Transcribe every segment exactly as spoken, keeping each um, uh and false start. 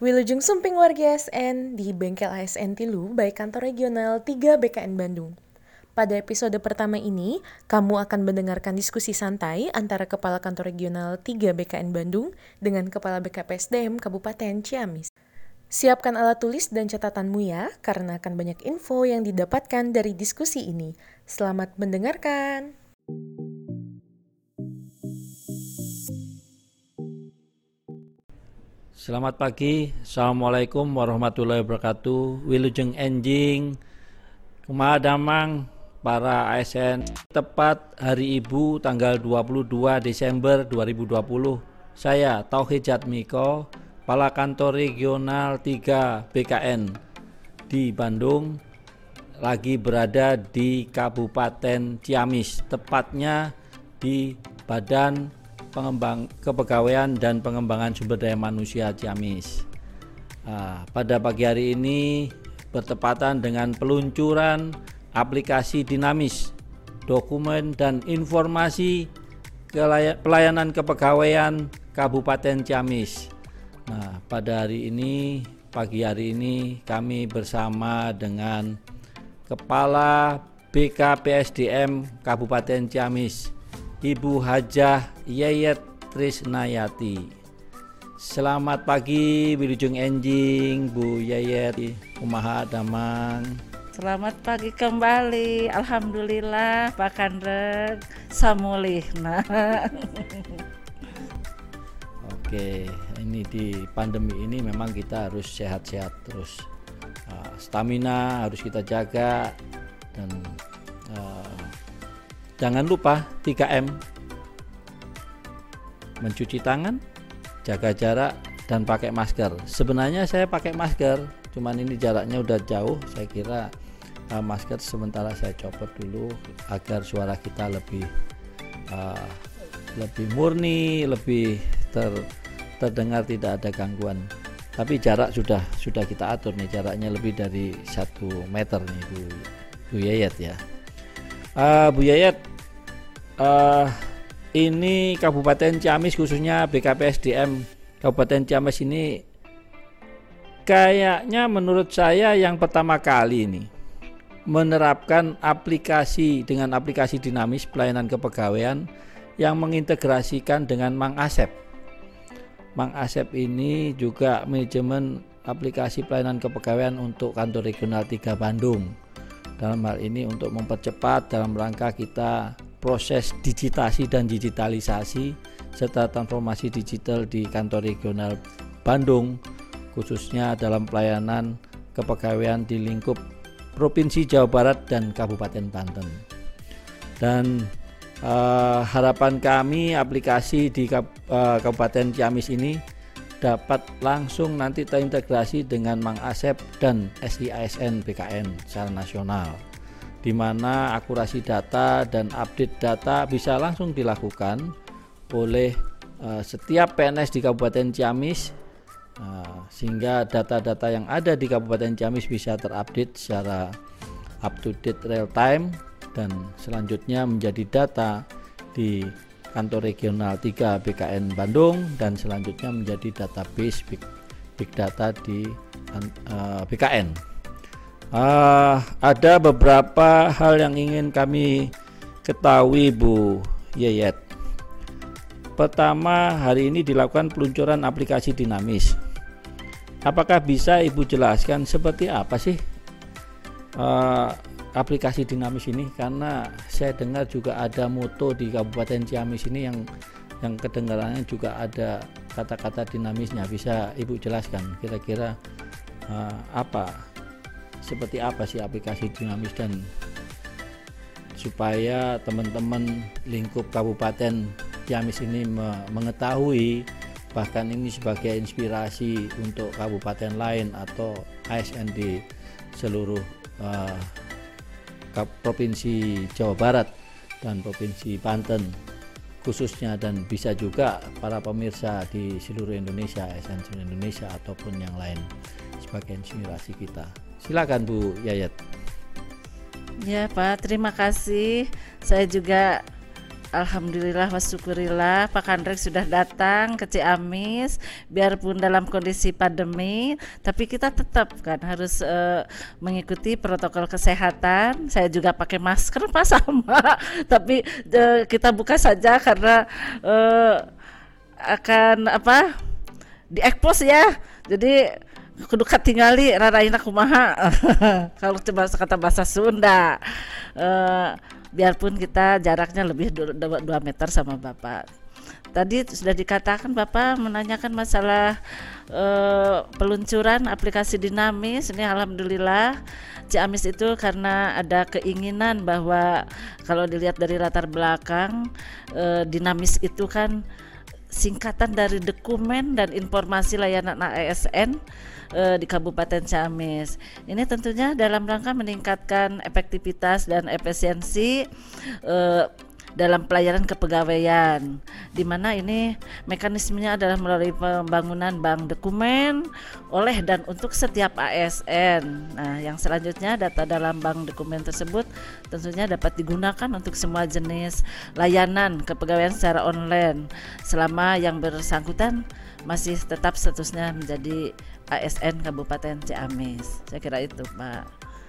Wilujeng Sumping Wargi A S N di Bengkel A S N Tilu by Kantor Regional tiga B K N Bandung. Pada episode pertama ini, kamu akan mendengarkan diskusi santai antara Kepala Kantor Regional tiga B K N Bandung dengan Kepala B K P S D M Kabupaten Ciamis. Siapkan alat tulis dan catatanmu ya, karena akan banyak info yang didapatkan dari diskusi ini. Selamat mendengarkan! Selamat pagi, Assalamualaikum warahmatullahi wabarakatuh. Wilujeng enjing, kumaha damang para A S N. Tepat Hari Ibu tanggal dua puluh dua Desember dua ribu dua puluh, saya Tauhid Jatmiko, Kepala Kantor Regional tiga B K N di Bandung, lagi berada di Kabupaten Ciamis, tepatnya di Badan Pengembang Kepegawaian dan Pengembangan Sumber Daya Manusia Ciamis. Nah, pada pagi hari ini bertepatan dengan peluncuran aplikasi dinamis dokumen dan informasi pelayanan kepegawaian Kabupaten Ciamis. Nah, pada hari ini, pagi hari ini kami bersama dengan Kepala B K P S D M Kabupaten Ciamis, Ibu Hajah Yayet Trisnayati. Selamat pagi, Wilujeng enjing, Bu Yayet, kumaha damang. Selamat pagi kembali, alhamdulillah Pak Kandreg samulihna. Oke, ini di pandemi ini memang kita harus sehat-sehat terus. Uh, stamina harus kita jaga dan uh, jangan lupa tiga M, mencuci tangan, jaga jarak, dan pakai masker. Sebenarnya saya pakai masker, cuman ini jaraknya udah jauh. Saya kira uh, masker sementara saya copot dulu agar suara kita lebih uh, lebih murni, lebih ter, terdengar, tidak ada gangguan. Tapi jarak sudah sudah kita atur nih, jaraknya lebih dari satu meter nih Bu, Bu Yayat ya. Uh, Bu Yayat, uh, ini Kabupaten Ciamis khususnya B K P S D M Kabupaten Ciamis ini kayaknya menurut saya yang pertama kali ini menerapkan aplikasi dengan aplikasi dinamis pelayanan kepegawaian yang mengintegrasikan dengan Mang Asep. Mang Asep ini juga manajemen aplikasi pelayanan kepegawaian untuk Kantor Regional tiga Bandung. Dalam hal ini untuk mempercepat dalam rangka kita proses digitasi dan digitalisasi serta transformasi digital di Kantor Regional Bandung, khususnya dalam pelayanan kepegawaian di lingkup Provinsi Jawa Barat dan Kabupaten Banten. Dan uh, harapan kami aplikasi di uh, Kabupaten Ciamis ini dapat langsung nanti terintegrasi dengan Mang Asep dan S I A S N B K N secara nasional, di mana akurasi data dan update data bisa langsung dilakukan oleh uh, setiap P N S di Kabupaten Ciamis, uh, sehingga data-data yang ada di Kabupaten Ciamis bisa terupdate secara up to date real time dan selanjutnya menjadi data di Kantor Regional tiga B K N Bandung dan selanjutnya menjadi database big, big data di uh, B K N. Uh, ada beberapa hal yang ingin kami ketahui Bu Yayet. Pertama, hari ini dilakukan peluncuran aplikasi dinamis. Apakah bisa Ibu jelaskan seperti apa sih uh, aplikasi dinamis ini? Karena saya dengar juga ada moto di Kabupaten Ciamis ini yang yang kedengarannya juga ada kata-kata dinamisnya. Bisa Ibu jelaskan kira-kira uh, apa seperti apa sih aplikasi dinamis, dan supaya teman-teman lingkup Kabupaten Ciamis ini me- mengetahui, bahkan ini sebagai inspirasi untuk kabupaten lain atau A S N di seluruh uh, Provinsi Jawa Barat dan Provinsi Banten khususnya, dan bisa juga para pemirsa di seluruh Indonesia, A S N seluruh Indonesia ataupun yang lain sebagai inspirasi kita. Silakan Bu Yayat. Ya Pak, terima kasih. Saya juga Alhamdulillah wa syukurillah Pak Kandrek sudah datang ke Ciamis, biarpun dalam kondisi pandemi, tapi kita tetap kan harus uh, mengikuti protokol kesehatan. Saya juga pakai masker Pak sama, tapi uh, kita buka saja karena uh, akan apa diekspos ya. Jadi kudu katingali raraina kumaha kalau coba kata bahasa Sunda. Uh, biarpun kita jaraknya lebih dua meter sama Bapak. Tadi sudah dikatakan Bapak menanyakan masalah uh, peluncuran aplikasi dinamis. Ini alhamdulillah Ciamis itu karena ada keinginan bahwa kalau dilihat dari latar belakang uh, dinamis itu kan singkatan dari dokumen dan informasi layanan A S N eh, di Kabupaten Ciamis. Ini tentunya dalam rangka meningkatkan efektivitas dan efisiensi eh, dalam pelayanan kepegawaian, di mana ini mekanismenya adalah melalui pembangunan bank dokumen oleh dan untuk setiap A S N. Nah, yang selanjutnya data dalam bank dokumen tersebut tentunya dapat digunakan untuk semua jenis layanan kepegawaian secara online selama yang bersangkutan masih tetap statusnya menjadi A S N Kabupaten Ciamis. Saya kira itu, Pak.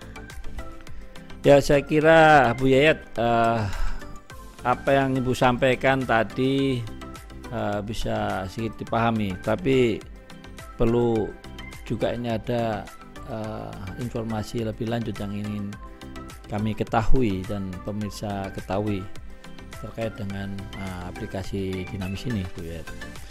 Ya, saya kira Bu Yayat uh, apa yang Ibu sampaikan tadi uh, bisa sedikit dipahami, tapi perlu juga ini ada uh, informasi lebih lanjut yang ingin kami ketahui dan pemirsa ketahui terkait dengan uh, aplikasi dinamis ini, Bu ya.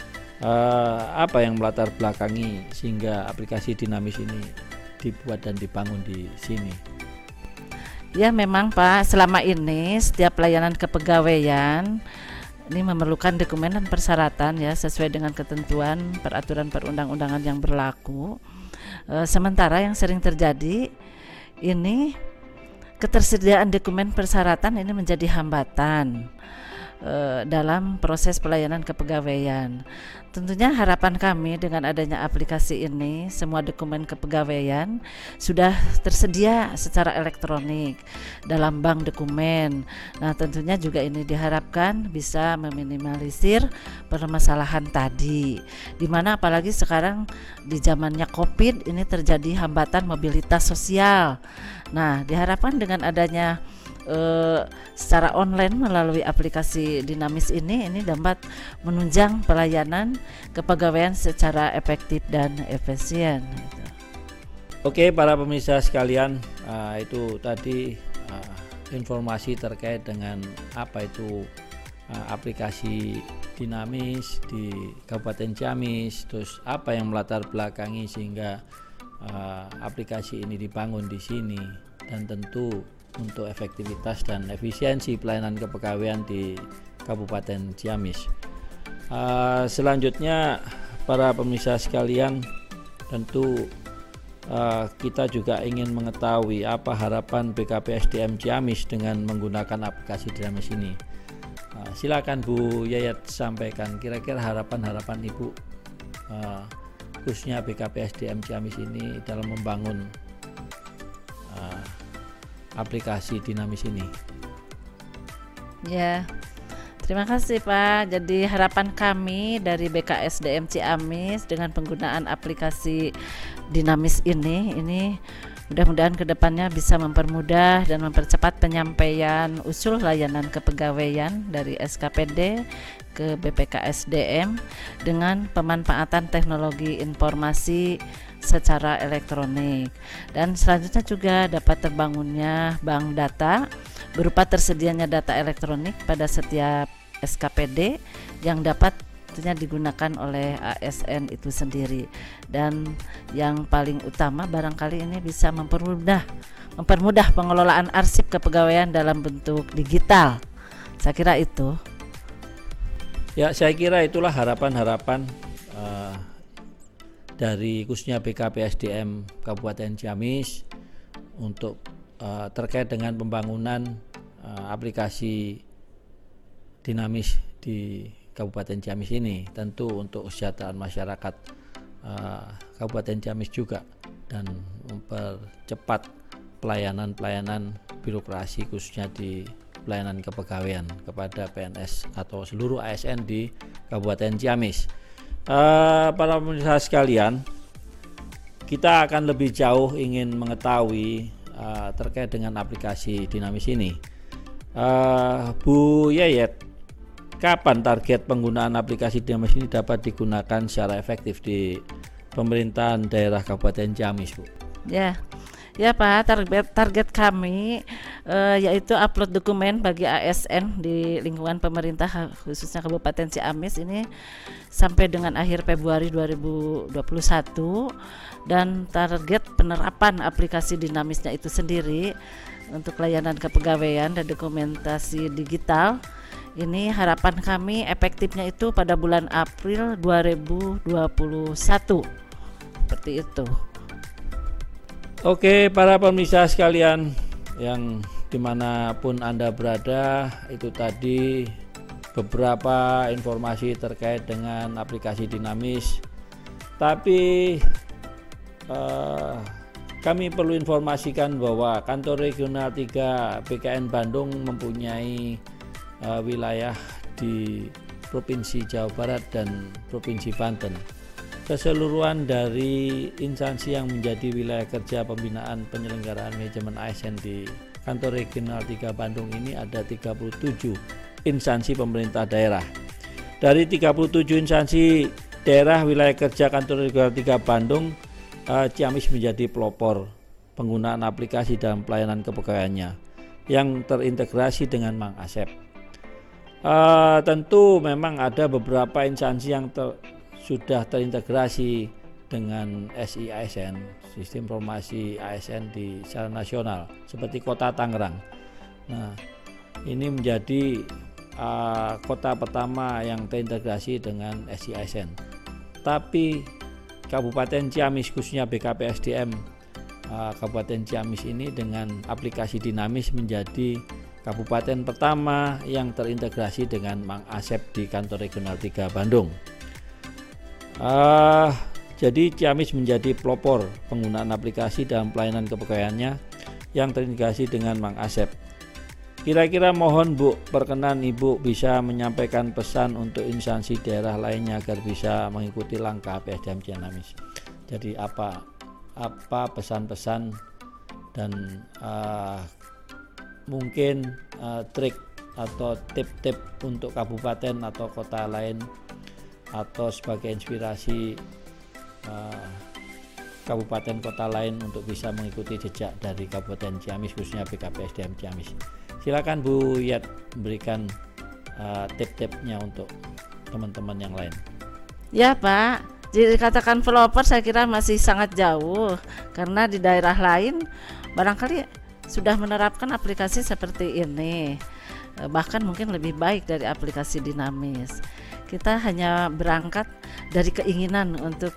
Uh, apa yang melatar belakangi sehingga aplikasi dinamis ini dibuat dan dibangun di sini? Ya memang Pak, selama ini setiap pelayanan kepegawaian ini memerlukan dokumen dan persyaratan ya sesuai dengan ketentuan peraturan perundang-undangan yang berlaku. E, sementara yang sering terjadi ini ketersediaan dokumen persyaratan ini menjadi hambatan e, dalam proses pelayanan kepegawaian. Tentunya harapan kami dengan adanya aplikasi ini, semua dokumen kepegawaian sudah tersedia secara elektronik dalam bank dokumen. Nah, tentunya juga ini diharapkan bisa meminimalisir permasalahan tadi. Di mana apalagi sekarang di zamannya Covid ini terjadi hambatan mobilitas sosial. Nah, diharapkan dengan adanya Uh, secara online melalui aplikasi dinamis ini ini dapat menunjang pelayanan kepegawaian secara efektif dan efisien gitu. Oke, para pemirsa sekalian, uh, itu tadi uh, informasi terkait dengan apa itu uh, aplikasi dinamis di Kabupaten Ciamis, terus apa yang melatar belakangi sehingga uh, aplikasi ini dibangun di sini, dan tentu untuk efektivitas dan efisiensi pelayanan kepegawaian di Kabupaten Ciamis. Uh, selanjutnya para pemirsa sekalian, tentu uh, kita juga ingin mengetahui apa harapan B K P S D M Ciamis dengan menggunakan aplikasi dinamis ini. Uh, silakan Bu Yayat sampaikan kira-kira harapan-harapan Ibu uh, khususnya B K P S D M Ciamis ini dalam membangun uh, aplikasi dinamis ini. Ya, terima kasih Pak. Jadi harapan kami dari B K S D M Ciamis dengan penggunaan aplikasi dinamis ini, ini mudah-mudahan kedepannya bisa mempermudah dan mempercepat penyampaian usul layanan kepegawaian dari S K P D ke B P K S D M dengan pemanfaatan teknologi informasi secara elektronik, dan selanjutnya juga dapat terbangunnya bank data berupa tersedianya data elektronik pada setiap S K P D yang dapat tentunya digunakan oleh A S N itu sendiri, dan yang paling utama barangkali ini bisa mempermudah mempermudah pengelolaan arsip kepegawaian dalam bentuk digital. Saya kira itu. Ya, saya kira itulah harapan-harapan uh, dari khususnya B K P S D M Kabupaten Ciamis untuk uh, terkait dengan pembangunan uh, aplikasi dinamis di Kabupaten Ciamis ini, tentu untuk kesejahteraan masyarakat uh, Kabupaten Ciamis juga, dan mempercepat pelayanan-pelayanan birokrasi khususnya di pelayanan kepegawaian kepada P N S atau seluruh A S N di Kabupaten Ciamis. Uh, para pemirsa sekalian, kita akan lebih jauh ingin mengetahui uh, terkait dengan aplikasi dinamis ini. Uh, Bu Yayet, kapan target penggunaan aplikasi dinamis ini dapat digunakan secara efektif di pemerintahan daerah Kabupaten Ciamis, Bu? Ya. Ya Pak, target target kami eh, yaitu upload dokumen bagi A S N di lingkungan pemerintah khususnya Kabupaten Ciamis ini sampai dengan akhir Februari dua ribu dua puluh satu, dan target penerapan aplikasi dinamisnya itu sendiri untuk layanan kepegawaian dan dokumentasi digital ini harapan kami efektifnya itu pada bulan April dua ribu dua puluh satu, seperti itu. Oke, para pemirsa sekalian yang dimanapun Anda berada, itu tadi beberapa informasi terkait dengan aplikasi dinamis. Tapi eh, kami perlu informasikan bahwa Kantor Regional tiga B K N Bandung mempunyai eh, wilayah di Provinsi Jawa Barat dan Provinsi Banten. Keseluruhan dari instansi yang menjadi wilayah kerja pembinaan penyelenggaraan manajemen A S N di Kantor Regional tiga Bandung ini ada tiga puluh tujuh instansi pemerintah daerah. Dari tiga puluh tujuh instansi daerah wilayah kerja Kantor Regional tiga Bandung, eh, Ciamis menjadi pelopor penggunaan aplikasi dalam pelayanan kepegawaiannya yang terintegrasi dengan Mang Asep. Eh, tentu memang ada beberapa instansi yang ter sudah terintegrasi dengan S I A S N, Sistem Informasi A S N di secara nasional, seperti Kota Tangerang. Nah, ini menjadi uh, kota pertama yang terintegrasi dengan S I A S N. Tapi Kabupaten Ciamis, khususnya B K P S D M uh, Kabupaten Ciamis ini dengan aplikasi dinamis menjadi kabupaten pertama yang terintegrasi dengan Mang Asep di Kantor Regional tiga Bandung. Uh, jadi Ciamis menjadi pelopor penggunaan aplikasi dalam pelayanan kepegawaiannya yang terintegrasi dengan Mang Asep. Kira-kira mohon Bu, perkenan Ibu bisa menyampaikan pesan untuk instansi daerah lainnya agar bisa mengikuti langkah P S D M Ciamis. Jadi apa apa pesan-pesan dan uh, mungkin uh, trik atau tip-tip untuk kabupaten atau kota lain, atau sebagai inspirasi uh, kabupaten kota lain untuk bisa mengikuti jejak dari Kabupaten Ciamis, khususnya B K P S D M Ciamis. Silakan Bu Yat memberikan uh, tip-tipnya untuk teman-teman yang lain. Ya Pak, jadi katakan pelopor saya kira masih sangat jauh, karena di daerah lain barangkali sudah menerapkan aplikasi seperti ini, bahkan mungkin lebih baik dari aplikasi dinamis. Kita hanya berangkat dari keinginan untuk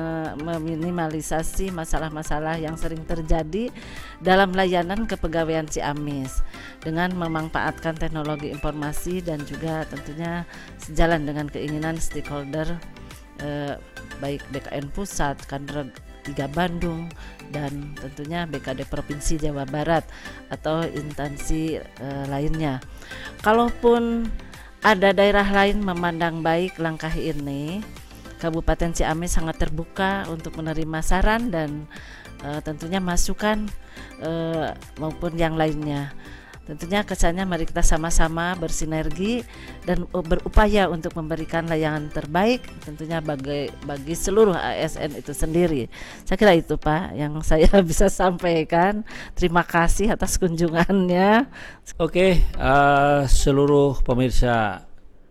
meminimalisasi masalah-masalah yang sering terjadi dalam layanan kepegawaian Ciamis dengan memanfaatkan teknologi informasi dan juga tentunya sejalan dengan keinginan stakeholder eh, baik B K N Pusat, Kantor tiga Bandung, dan tentunya B K D Provinsi Jawa Barat atau instansi eh, lainnya. Kalaupun ada daerah lain memandang baik langkah ini, Kabupaten Ciamis sangat terbuka untuk menerima saran dan e, tentunya masukan e, maupun yang lainnya. Tentunya kesannya mari kita sama-sama bersinergi dan berupaya untuk memberikan layanan terbaik tentunya bagi bagi seluruh A S N itu sendiri. Saya kira itu Pak yang saya bisa sampaikan. Terima kasih atas kunjungannya. Oke, uh, seluruh pemirsa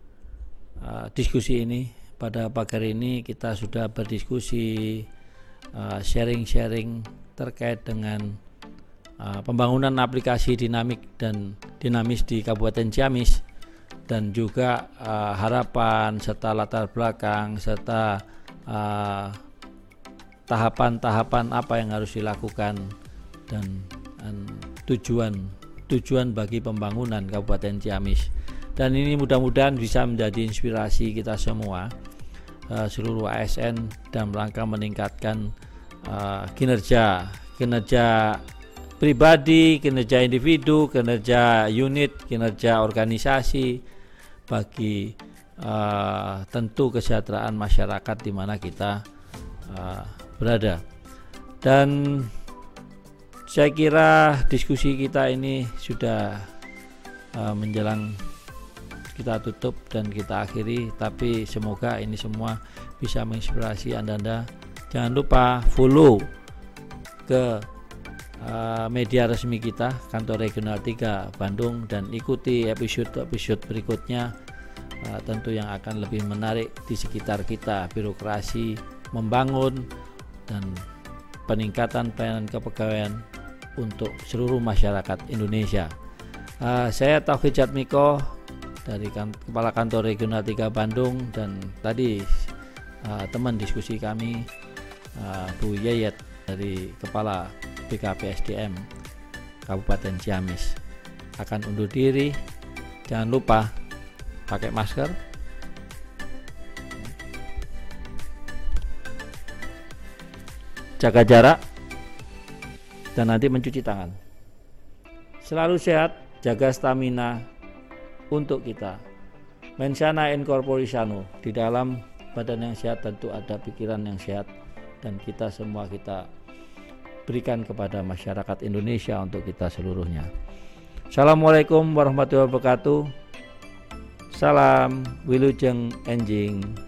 uh, diskusi ini pada pagi hari ini kita sudah berdiskusi, uh, sharing-sharing terkait dengan Uh, pembangunan aplikasi dinamik dan dinamis di Kabupaten Ciamis, dan juga uh, harapan serta latar belakang serta uh, tahapan-tahapan apa yang harus dilakukan dan, dan tujuan tujuan bagi pembangunan Kabupaten Ciamis. Dan ini mudah-mudahan bisa menjadi inspirasi kita semua, uh, seluruh A S N dalam rangka meningkatkan uh, kinerja kinerja pribadi, kinerja individu, kinerja unit, kinerja organisasi, bagi uh, tentu kesejahteraan masyarakat di mana kita uh, berada. Dan saya kira diskusi kita ini sudah uh, menjelang kita tutup dan kita akhiri, tapi semoga ini semua bisa menginspirasi Anda-Anda. Jangan lupa follow ke uh, media resmi kita Kantor Regional tiga Bandung dan ikuti episode-episode berikutnya, uh, tentu yang akan lebih menarik di sekitar kita, birokrasi, membangun dan peningkatan pelayanan kepegawaian untuk seluruh masyarakat Indonesia. Uh, saya Taufik Jatmiko dari kan, Kepala Kantor Regional tiga Bandung, dan tadi uh, teman diskusi kami uh, Bu Yayet dari Kepala B K P S D M Kabupaten Ciamis akan undur diri. Jangan lupa pakai masker, jaga jarak, dan nanti mencuci tangan. Selalu sehat, jaga stamina untuk kita. Mensana in corpore sano, di dalam badan yang sehat tentu ada pikiran yang sehat, dan kita semua kita berikan kepada masyarakat Indonesia untuk kita seluruhnya. Assalamualaikum warahmatullahi wabarakatuh. Salam Wilujeng Enjing.